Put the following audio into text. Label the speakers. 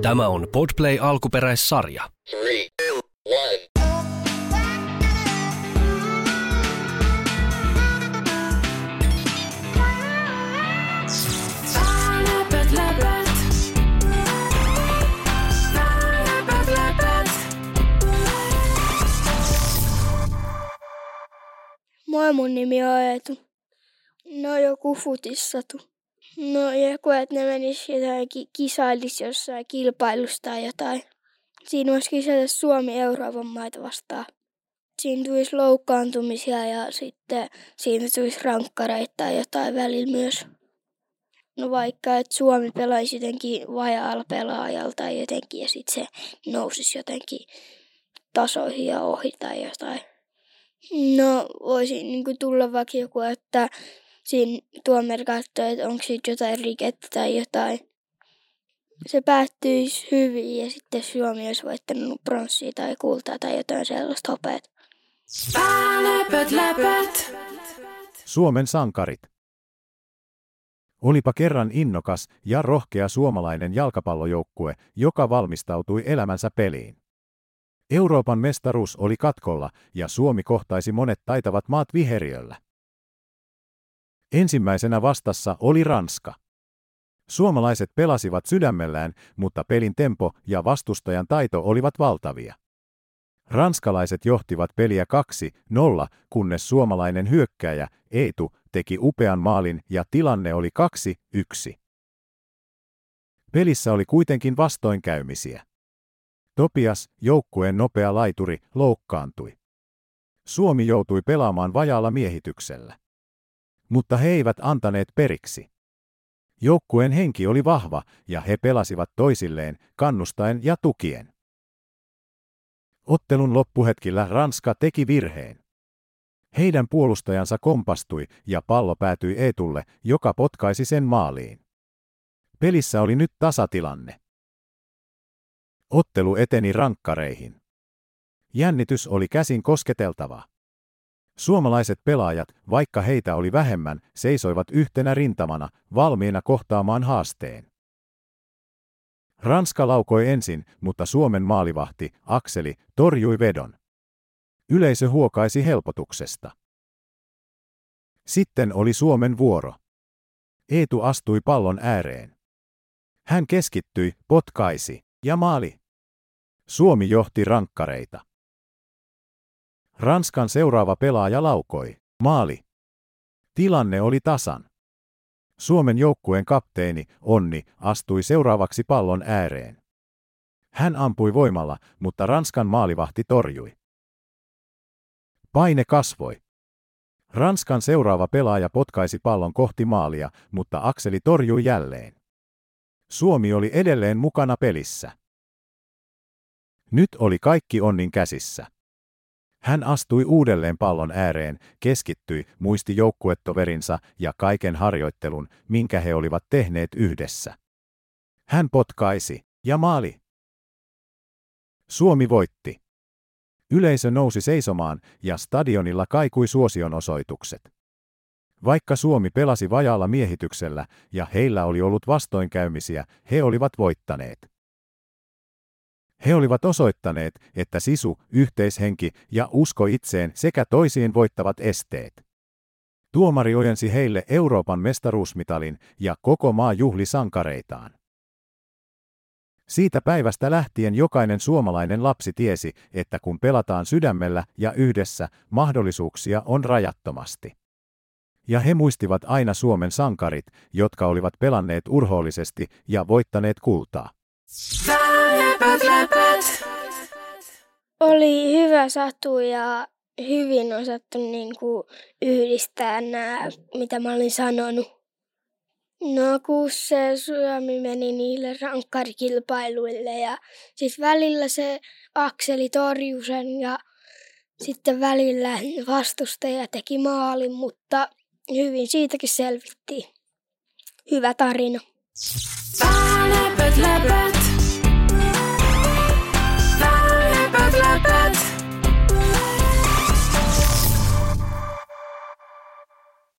Speaker 1: Tämä on Podplay alkuperäissarja.
Speaker 2: 3, 2, 1.
Speaker 3: Moi, mun nimi on Eetu. No joku futissatu. No joku, että ne menis jotain kisailis jossain kilpailusta tai jotain. Siinä voisi kisata Suomi Euroopan maita vastaan. Siinä tulisi loukkaantumisia ja sitten siinä tulisi rankkareita tai jotain välillä myös. No vaikka, että Suomi pelaisi jotenkin vajaalla pelaajalla tai jotenkin ja sitten se nousisi jotenkin tasoihin ja ohi tai jotain. No voisi tulla vaikka joku, että siinä tuomari katsoo, että onko siitä jotain rikettä tai jotain. Se päättyisi hyvin ja sitten Suomi olisi voittanut pronssia tai kultaa tai jotain sellaista hopeata.
Speaker 4: Suomen sankarit. Olipa kerran innokas ja rohkea suomalainen jalkapallojoukkue, joka valmistautui elämänsä peliin. Euroopan mestaruus oli katkolla ja Suomi kohtaisi monet taitavat maat viheriöllä. Ensimmäisenä vastassa oli Ranska. Suomalaiset pelasivat sydämellään, mutta pelin tempo ja vastustajan taito olivat valtavia. Ranskalaiset johtivat peliä 2-0, kunnes suomalainen hyökkääjä Eetu teki upean maalin ja tilanne oli 2-1. Pelissä oli kuitenkin vastoinkäymisiä. Topias, joukkueen nopea laituri, loukkaantui. Suomi joutui pelaamaan vajaalla miehityksellä. Mutta he eivät antaneet periksi. Joukkueen henki oli vahva ja he pelasivat toisilleen, kannustaen ja tukien. Ottelun loppuhetkillä Ranska teki virheen. Heidän puolustajansa kompastui ja pallo päätyi Eetulle, joka potkaisi sen maaliin. Pelissä oli nyt tasatilanne. Ottelu eteni rankkareihin. Jännitys oli käsin kosketeltava. Suomalaiset pelaajat, vaikka heitä oli vähemmän, seisoivat yhtenä rintamana, valmiina kohtaamaan haasteen. Ranska laukoi ensin, mutta Suomen maalivahti, Akseli, torjui vedon. Yleisö huokaisi helpotuksesta. Sitten oli Suomen vuoro. Eetu astui pallon ääreen. Hän keskittyi, potkaisi ja maali. Suomi johti rankkareita. Ranskan seuraava pelaaja laukoi. Maali. Tilanne oli tasan. Suomen joukkueen kapteeni, Onni, astui seuraavaksi pallon ääreen. Hän ampui voimalla, mutta Ranskan maalivahti torjui. Paine kasvoi. Ranskan seuraava pelaaja potkaisi pallon kohti maalia, mutta Akseli torjui jälleen. Suomi oli edelleen mukana pelissä. Nyt oli kaikki Onnin käsissä. Hän astui uudelleen pallon ääreen, keskittyi, muisti joukkuetoverinsa ja kaiken harjoittelun, minkä he olivat tehneet yhdessä. Hän potkaisi ja maali. Suomi voitti. Yleisö nousi seisomaan ja stadionilla kaikui suosionosoitukset. Vaikka Suomi pelasi vajaalla miehityksellä ja heillä oli ollut vastoinkäymisiä, he olivat voittaneet. He olivat osoittaneet, että sisu, yhteishenki ja usko itseen sekä toisiin voittavat esteet. Tuomari ojensi heille Euroopan mestaruusmitalin ja koko maa juhli sankareitaan. Siitä päivästä lähtien jokainen suomalainen lapsi tiesi, että kun pelataan sydämellä ja yhdessä, mahdollisuuksia on rajattomasti. Ja he muistivat aina Suomen sankarit, jotka olivat pelanneet urhoollisesti ja voittaneet kultaa.
Speaker 3: Oli hyvä satu ja hyvin osattu yhdistää nämä, mitä mä olin sanonut. No kun se Suomi meni niille rankkarikilpailuille ja sitten välillä se Akseli torjui sen ja sitten välillä vastustaja teki maalin, mutta hyvin siitäkin selvittiin. Hyvä tarina.